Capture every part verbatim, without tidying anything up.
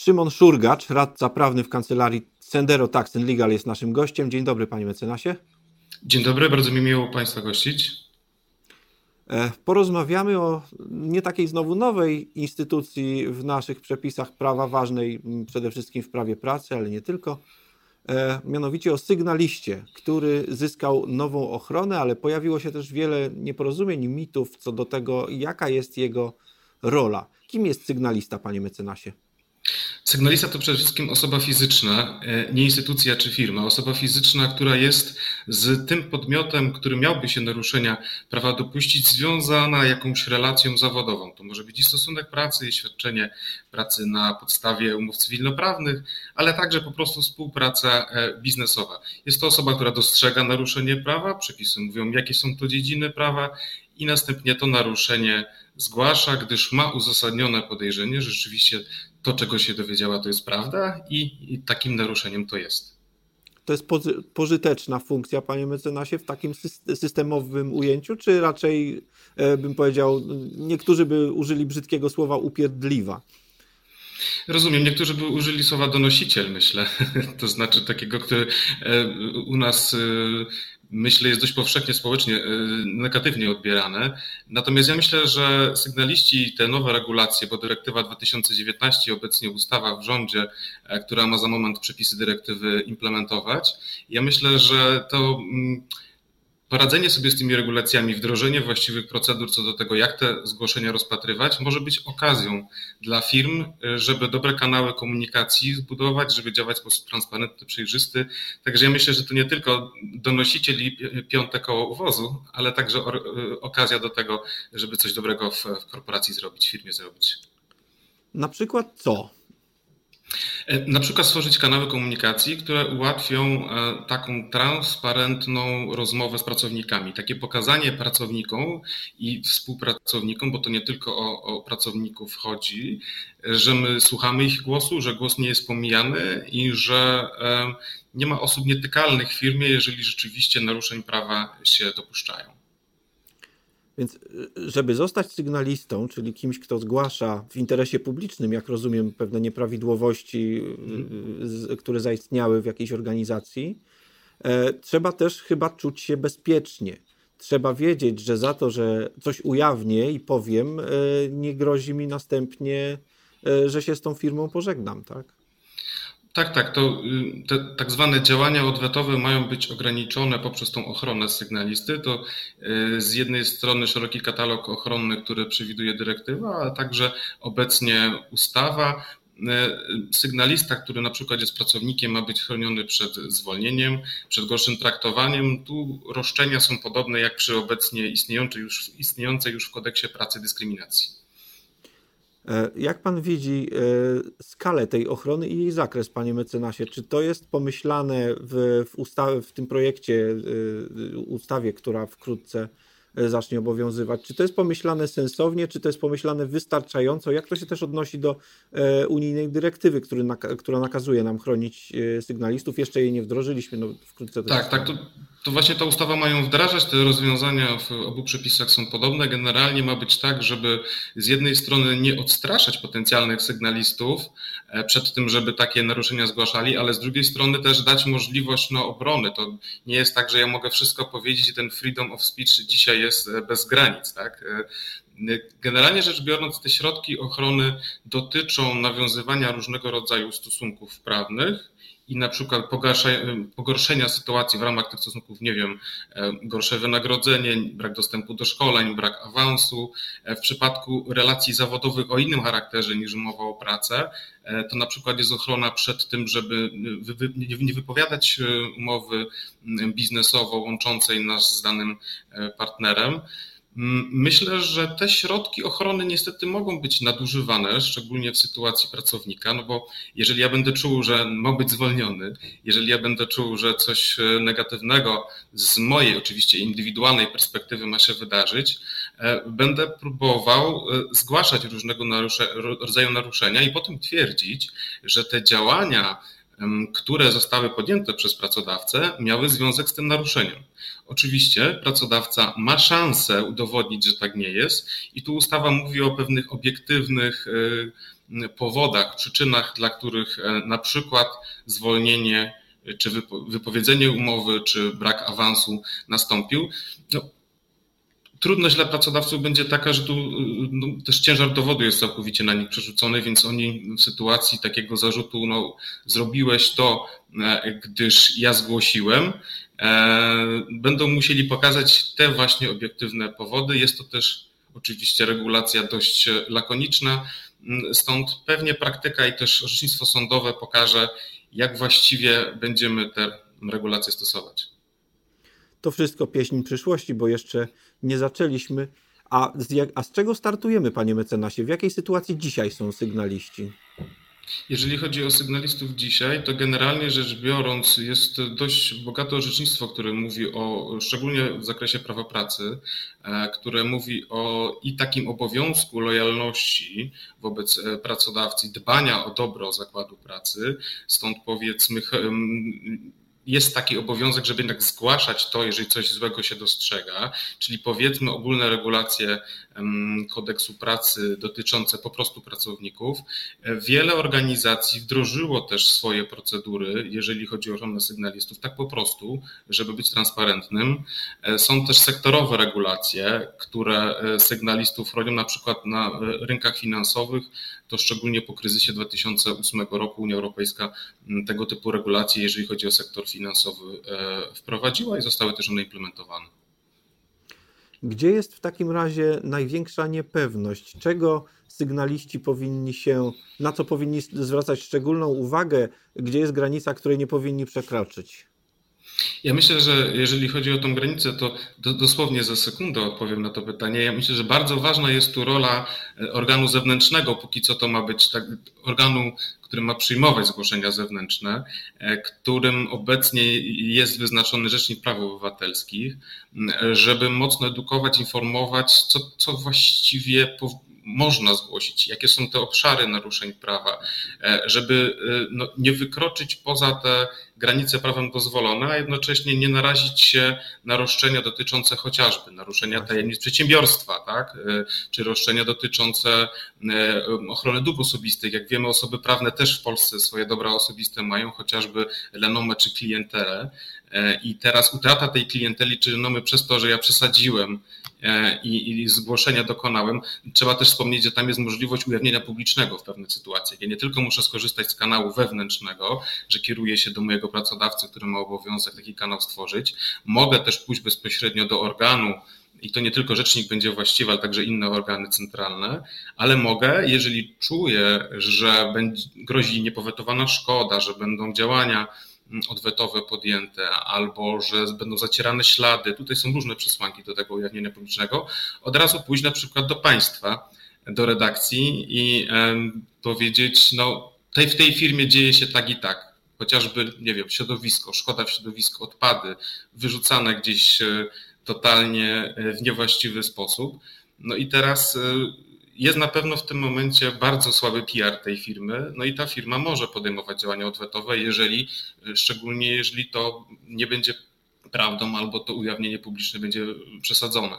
Szymon Szurgacz, radca prawny w kancelarii Sendero Tax and Legal jest naszym gościem. Dzień dobry, panie mecenasie. Dzień dobry, bardzo mi miło państwa gościć. Porozmawiamy o nie takiej znowu nowej instytucji w naszych przepisach prawa, ważnej przede wszystkim w prawie pracy, ale nie tylko. Mianowicie o sygnaliście, który zyskał nową ochronę, ale pojawiło się też wiele nieporozumień i mitów co do tego, jaka jest jego rola. Kim jest sygnalista, panie mecenasie? Sygnalista to przede wszystkim osoba fizyczna, nie instytucja czy firma. Osoba fizyczna, która jest z tym podmiotem, który miałby się naruszenia prawa dopuścić, związana jakąś relacją zawodową. To może być i stosunek pracy, i świadczenie pracy na podstawie umów cywilnoprawnych, ale także po prostu współpraca biznesowa. Jest to osoba, która dostrzega naruszenie prawa, przepisy mówią, jakie są to dziedziny prawa i następnie to naruszenie zgłasza, gdyż ma uzasadnione podejrzenie, że rzeczywiście to, czego się dowiedziała, to jest prawda i, i takim naruszeniem to jest. To jest pozy- pożyteczna funkcja, panie mecenasie, w takim systemowym ujęciu, czy raczej, e, bym powiedział, niektórzy by użyli brzydkiego słowa upierdliwa? Rozumiem, niektórzy by użyli słowa donosiciel, myślę, to znaczy takiego, który u nas, myślę, jest dość powszechnie społecznie negatywnie odbierane. Natomiast ja myślę, że sygnaliści, te nowe regulacje, bo dyrektywa dwa tysiące dziewiętnaście, obecnie ustawa w rządzie, która ma za moment przepisy dyrektywy implementować, ja myślę, że to poradzenie sobie z tymi regulacjami, wdrożenie właściwych procedur co do tego, jak te zgłoszenia rozpatrywać, może być okazją dla firm, żeby dobre kanały komunikacji zbudować, żeby działać w sposób transparentny, przejrzysty. Także ja myślę, że to nie tylko donosiciel i piąte koło uwozu, ale także okazja do tego, żeby coś dobrego w korporacji zrobić, w firmie zrobić. Na przykład co? Na przykład stworzyć kanały komunikacji, które ułatwią taką transparentną rozmowę z pracownikami. Takie pokazanie pracownikom i współpracownikom, bo to nie tylko o, o pracowników chodzi, że my słuchamy ich głosu, że głos nie jest pomijany i że nie ma osób nietykalnych w firmie, jeżeli rzeczywiście naruszeń prawa się dopuszczają. Więc żeby zostać sygnalistą, czyli kimś, kto zgłasza w interesie publicznym, jak rozumiem, pewne nieprawidłowości, hmm. które zaistniały w jakiejś organizacji, trzeba też chyba czuć się bezpiecznie. Trzeba wiedzieć, że za to, że coś ujawnię i powiem, nie grozi mi następnie, że się z tą firmą pożegnam, tak? Tak, tak. To te tak zwane działania odwetowe mają być ograniczone poprzez tą ochronę sygnalisty. To z jednej strony szeroki katalog ochronny, który przewiduje dyrektywa, ale także obecnie ustawa. Sygnalista, który na przykład jest pracownikiem, ma być chroniony przed zwolnieniem, przed gorszym traktowaniem. Tu roszczenia są podobne jak przy obecnie istniejącej już, istniejącej już w kodeksie pracy dyskryminacji. Jak pan widzi skalę tej ochrony i jej zakres, panie mecenasie? Czy to jest pomyślane w, w, ustawie, w tym projekcie, ustawie, która wkrótce zacznie obowiązywać? Czy to jest pomyślane sensownie, czy to jest pomyślane wystarczająco? Jak to się też odnosi do unijnej dyrektywy, który, która nakazuje nam chronić sygnalistów? Jeszcze jej nie wdrożyliśmy, no wkrótce to Tak, tak, to, to właśnie ta ustawa mają wdrażać, te rozwiązania w obu przepisach są podobne. Generalnie ma być tak, żeby z jednej strony nie odstraszać potencjalnych sygnalistów przed tym, żeby takie naruszenia zgłaszali, ale z drugiej strony też dać możliwość no, obrony. To nie jest tak, że ja mogę wszystko powiedzieć i ten freedom of speech dzisiaj jest bez granic, tak? Generalnie rzecz biorąc, te środki ochrony dotyczą nawiązywania różnego rodzaju stosunków prawnych i na przykład pogorszenia sytuacji w ramach tych stosunków, nie wiem, gorsze wynagrodzenie, brak dostępu do szkoleń, brak awansu. W przypadku relacji zawodowych o innym charakterze niż umowa o pracę, to na przykład jest ochrona przed tym, żeby nie wypowiadać umowy biznesowo łączącej nas z danym partnerem. Myślę, że te środki ochrony niestety mogą być nadużywane, szczególnie w sytuacji pracownika, no bo jeżeli ja będę czuł, że mogę być zwolniony, jeżeli ja będę czuł, że coś negatywnego z mojej oczywiście indywidualnej perspektywy ma się wydarzyć, będę próbował zgłaszać różnego rodzaju naruszenia i potem twierdzić, że te działania, które zostały podjęte przez pracodawcę, miały związek z tym naruszeniem. Oczywiście pracodawca ma szansę udowodnić, że tak nie jest i tu ustawa mówi o pewnych obiektywnych powodach, przyczynach, dla których na przykład zwolnienie czy wypowiedzenie umowy, czy brak awansu nastąpił. No, trudność dla pracodawców będzie taka, że tu no, też ciężar dowodu jest całkowicie na nich przerzucony, więc oni w sytuacji takiego zarzutu, no zrobiłeś to, gdyż ja zgłosiłem, e, będą musieli pokazać te właśnie obiektywne powody. Jest to też oczywiście regulacja dość lakoniczna, stąd pewnie praktyka i też orzecznictwo sądowe pokaże, jak właściwie będziemy te regulacje stosować. To wszystko pieśń przyszłości, bo jeszcze nie zaczęliśmy. A z, jak, a z czego startujemy, panie mecenasie? W jakiej sytuacji dzisiaj są sygnaliści? Jeżeli chodzi o sygnalistów dzisiaj, to generalnie rzecz biorąc jest dość bogate orzecznictwo, które mówi o, szczególnie w zakresie prawa pracy, które mówi o i takim obowiązku lojalności wobec pracodawcy, dbania o dobro zakładu pracy, stąd powiedzmy jest taki obowiązek, żeby jednak zgłaszać to, jeżeli coś złego się dostrzega, czyli powiedzmy ogólne regulacje kodeksu pracy dotyczące po prostu pracowników. Wiele organizacji wdrożyło też swoje procedury, jeżeli chodzi o ochronę sygnalistów, tak po prostu, żeby być transparentnym. Są też sektorowe regulacje, które sygnalistów chronią, na przykład na rynkach finansowych. To szczególnie po kryzysie dwa tysiące ósmego roku Unia Europejska tego typu regulacje, jeżeli chodzi o sektor finansowy, wprowadziła i zostały też one implementowane. Gdzie jest w takim razie największa niepewność? Czego sygnaliści powinni się, na co powinni zwracać szczególną uwagę? Gdzie jest granica, której nie powinni przekroczyć? Ja myślę, że jeżeli chodzi o tą granicę, to dosłownie za sekundę odpowiem na to pytanie. Ja myślę, że bardzo ważna jest tu rola organu zewnętrznego, póki co to ma być tak, organu, który ma przyjmować zgłoszenia zewnętrzne, którym obecnie jest wyznaczony Rzecznik Praw Obywatelskich, żeby mocno edukować, informować, co, co właściwie powinno można zgłosić, jakie są te obszary naruszeń prawa, żeby no, nie wykroczyć poza te granice prawem dozwolone, a jednocześnie nie narazić się na roszczenia dotyczące chociażby naruszenia tajemnic przedsiębiorstwa, tak? Czy roszczenia dotyczące ochrony dóbr osobistych. Jak wiemy, osoby prawne też w Polsce swoje dobra osobiste mają, chociażby renomę czy klientelę. I teraz utrata tej klienteli czy renomy przez to, że ja przesadziłem i, i zgłoszenia dokonałem, trzeba też wspomnieć, że tam jest możliwość ujawnienia publicznego w pewnych sytuacjach. Ja nie tylko muszę skorzystać z kanału wewnętrznego, że kieruję się do mojego pracodawcy, który ma obowiązek taki kanał stworzyć. Mogę też pójść bezpośrednio do organu, i to nie tylko rzecznik będzie właściwy, ale także inne organy centralne, ale mogę, jeżeli czuję, że będzie, grozi niepowetowana szkoda, że będą działania odwetowe podjęte, albo że będą zacierane ślady, tutaj są różne przesłanki do tego ujawnienia publicznego, od razu pójść na przykład do państwa, do redakcji i um, powiedzieć, no tej, w tej firmie dzieje się tak i tak, chociażby, nie wiem, środowisko, szkoda w środowisku, odpady wyrzucane gdzieś totalnie w niewłaściwy sposób. No i teraz jest na pewno w tym momencie bardzo słaby P R tej firmy, no i ta firma może podejmować działania odwetowe, jeżeli, szczególnie jeżeli to nie będzie prawdą albo to ujawnienie publiczne będzie przesadzone.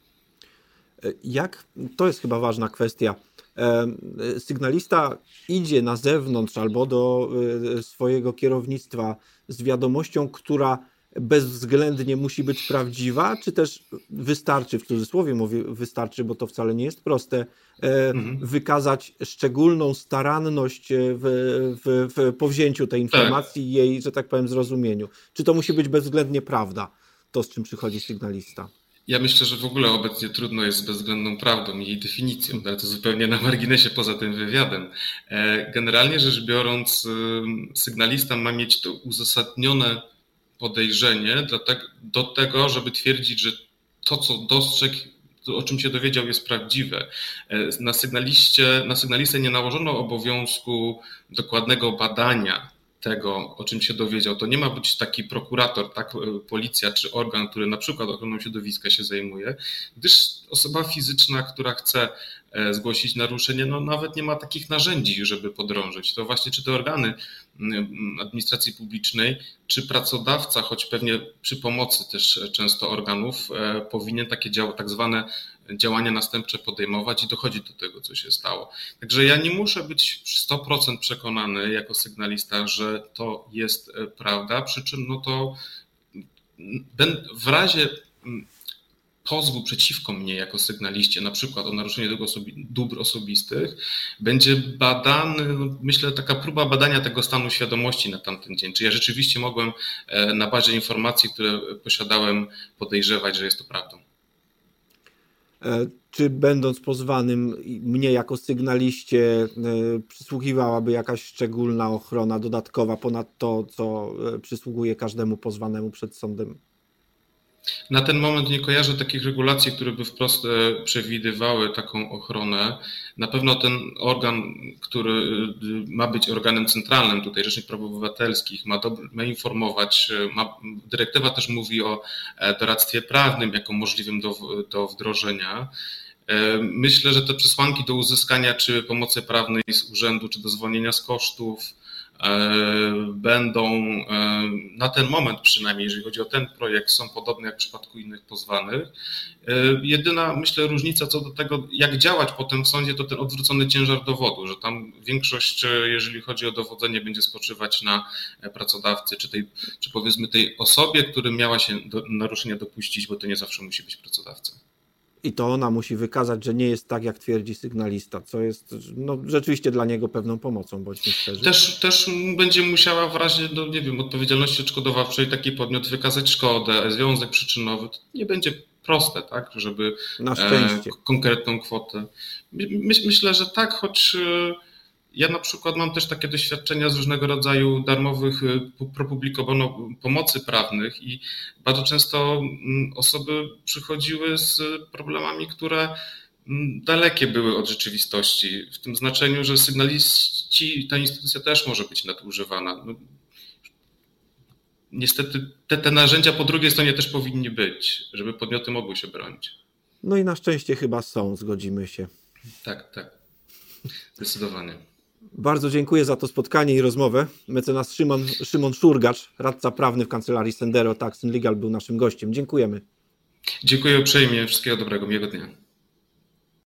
Jak, to jest chyba ważna kwestia, sygnalista idzie na zewnątrz albo do swojego kierownictwa z wiadomością, która bezwzględnie musi być prawdziwa, czy też wystarczy, w cudzysłowie mówię wystarczy, bo to wcale nie jest proste, mhm. wykazać szczególną staranność w, w, w powzięciu tej informacji i jej, że tak powiem, zrozumieniu. Czy to musi być bezwzględnie prawda, to z czym przychodzi sygnalista? Ja myślę, że w ogóle obecnie trudno jest z bezwzględną prawdą i jej definicją, ale to zupełnie na marginesie poza tym wywiadem. Generalnie rzecz biorąc, sygnalista ma mieć to uzasadnione podejrzenie do tego, żeby twierdzić, że to, co dostrzegł, to, o czym się dowiedział, jest prawdziwe. Na sygnaliście, na sygnalistę nie nałożono obowiązku dokładnego badania tego, o czym się dowiedział. To nie ma być taki prokurator, tak, policja czy organ, który na przykład ochroną środowiska się zajmuje, gdyż osoba fizyczna, która chce zgłosić naruszenie, no nawet nie ma takich narzędzi, żeby podrążyć. To właśnie czy te organy administracji publicznej, czy pracodawca, choć pewnie przy pomocy też często organów, powinien takie dział, tak zwane działania następcze podejmować i dochodzić do tego, co się stało. Także ja nie muszę być sto procent przekonany jako sygnalista, że to jest prawda, przy czym no to w razie pozwu przeciwko mnie jako sygnaliście, na przykład o naruszenie dóbr osobistych, będzie badany, no myślę, taka próba badania tego stanu świadomości na tamten dzień. Czy ja rzeczywiście mogłem na bazie informacji, które posiadałem, podejrzewać, że jest to prawdą. Czy będąc pozwanym, mnie jako sygnaliście przysługiwałaby jakaś szczególna ochrona dodatkowa ponad to, co przysługuje każdemu pozwanemu przed sądem? Na ten moment nie kojarzę takich regulacji, które by wprost przewidywały taką ochronę. Na pewno ten organ, który ma być organem centralnym, tutaj Rzecznik Praw Obywatelskich, ma, do, ma informować, ma, dyrektywa też mówi o doradztwie prawnym jako możliwym do, do wdrożenia. Myślę, że te przesłanki do uzyskania czy pomocy prawnej z urzędu, czy do zwolnienia z kosztów będą na ten moment przynajmniej, jeżeli chodzi o ten projekt, są podobne jak w przypadku innych pozwanych. Jedyna, myślę, różnica co do tego, jak działać potem w sądzie, to ten odwrócony ciężar dowodu, że tam większość, jeżeli chodzi o dowodzenie, będzie spoczywać na pracodawcy, czy, tej, czy powiedzmy tej osobie, która miała się do naruszenia dopuścić, bo to nie zawsze musi być pracodawca. I to ona musi wykazać, że nie jest tak, jak twierdzi sygnalista, co jest no, rzeczywiście dla niego pewną pomocą, bądźmy szczerzy. Też, też będzie musiała w razie, no, nie wiem, odpowiedzialności odszkodowawczej taki podmiot wykazać szkodę, związek przyczynowy. To nie będzie proste, tak, żeby Na szczęście. E, konkretną kwotę. My, myślę, że tak, choć e, ja na przykład mam też takie doświadczenia z różnego rodzaju darmowych propublikowano pomocy prawnych i bardzo często osoby przychodziły z problemami, które dalekie były od rzeczywistości, w tym znaczeniu, że sygnaliści, ta instytucja też może być nadużywana. No, niestety te, te narzędzia po drugiej stronie też powinny być, żeby podmioty mogły się bronić. No i na szczęście chyba są, zgodzimy się. Tak, tak, zdecydowanie. Bardzo dziękuję za to spotkanie i rozmowę. Mecenas Szymon, Szymon Szurgacz, radca prawny w kancelarii Sendero Tax and Legal, był naszym gościem. Dziękujemy. Dziękuję uprzejmie. Wszystkiego dobrego. Miłego dnia.